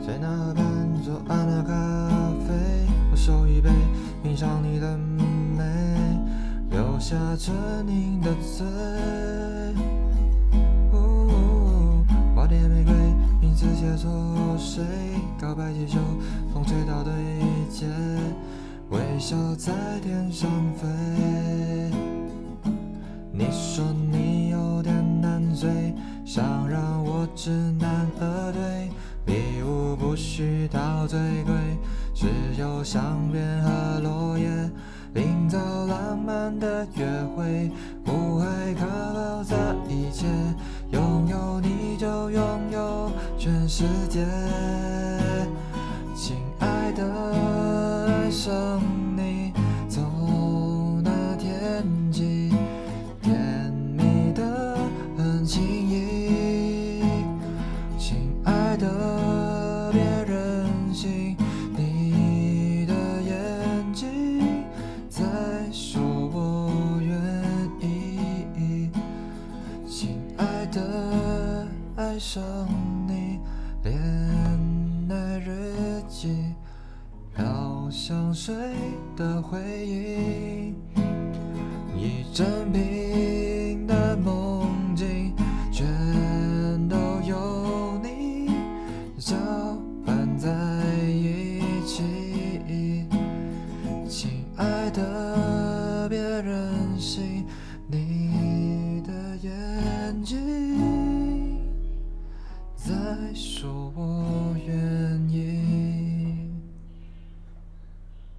在那河畔左岸的咖啡，我手一杯，品尝你的美，留下沉凝的嘴。花店玫瑰，名字写错谁？告白气球，风吹到对街，微笑在天上飞。你说你有点难醉，想让我知难而退。礼物不需到最贵，只有香槟和落叶，营造浪漫的约会。不会可否这一切，拥有你就拥有全世界。亲爱的，爱上你从那天起，甜蜜的很轻易。亲爱的，别任性，你的眼睛在说我愿意。亲爱的，爱上你，恋爱日记，飘香水的回忆，一整瓶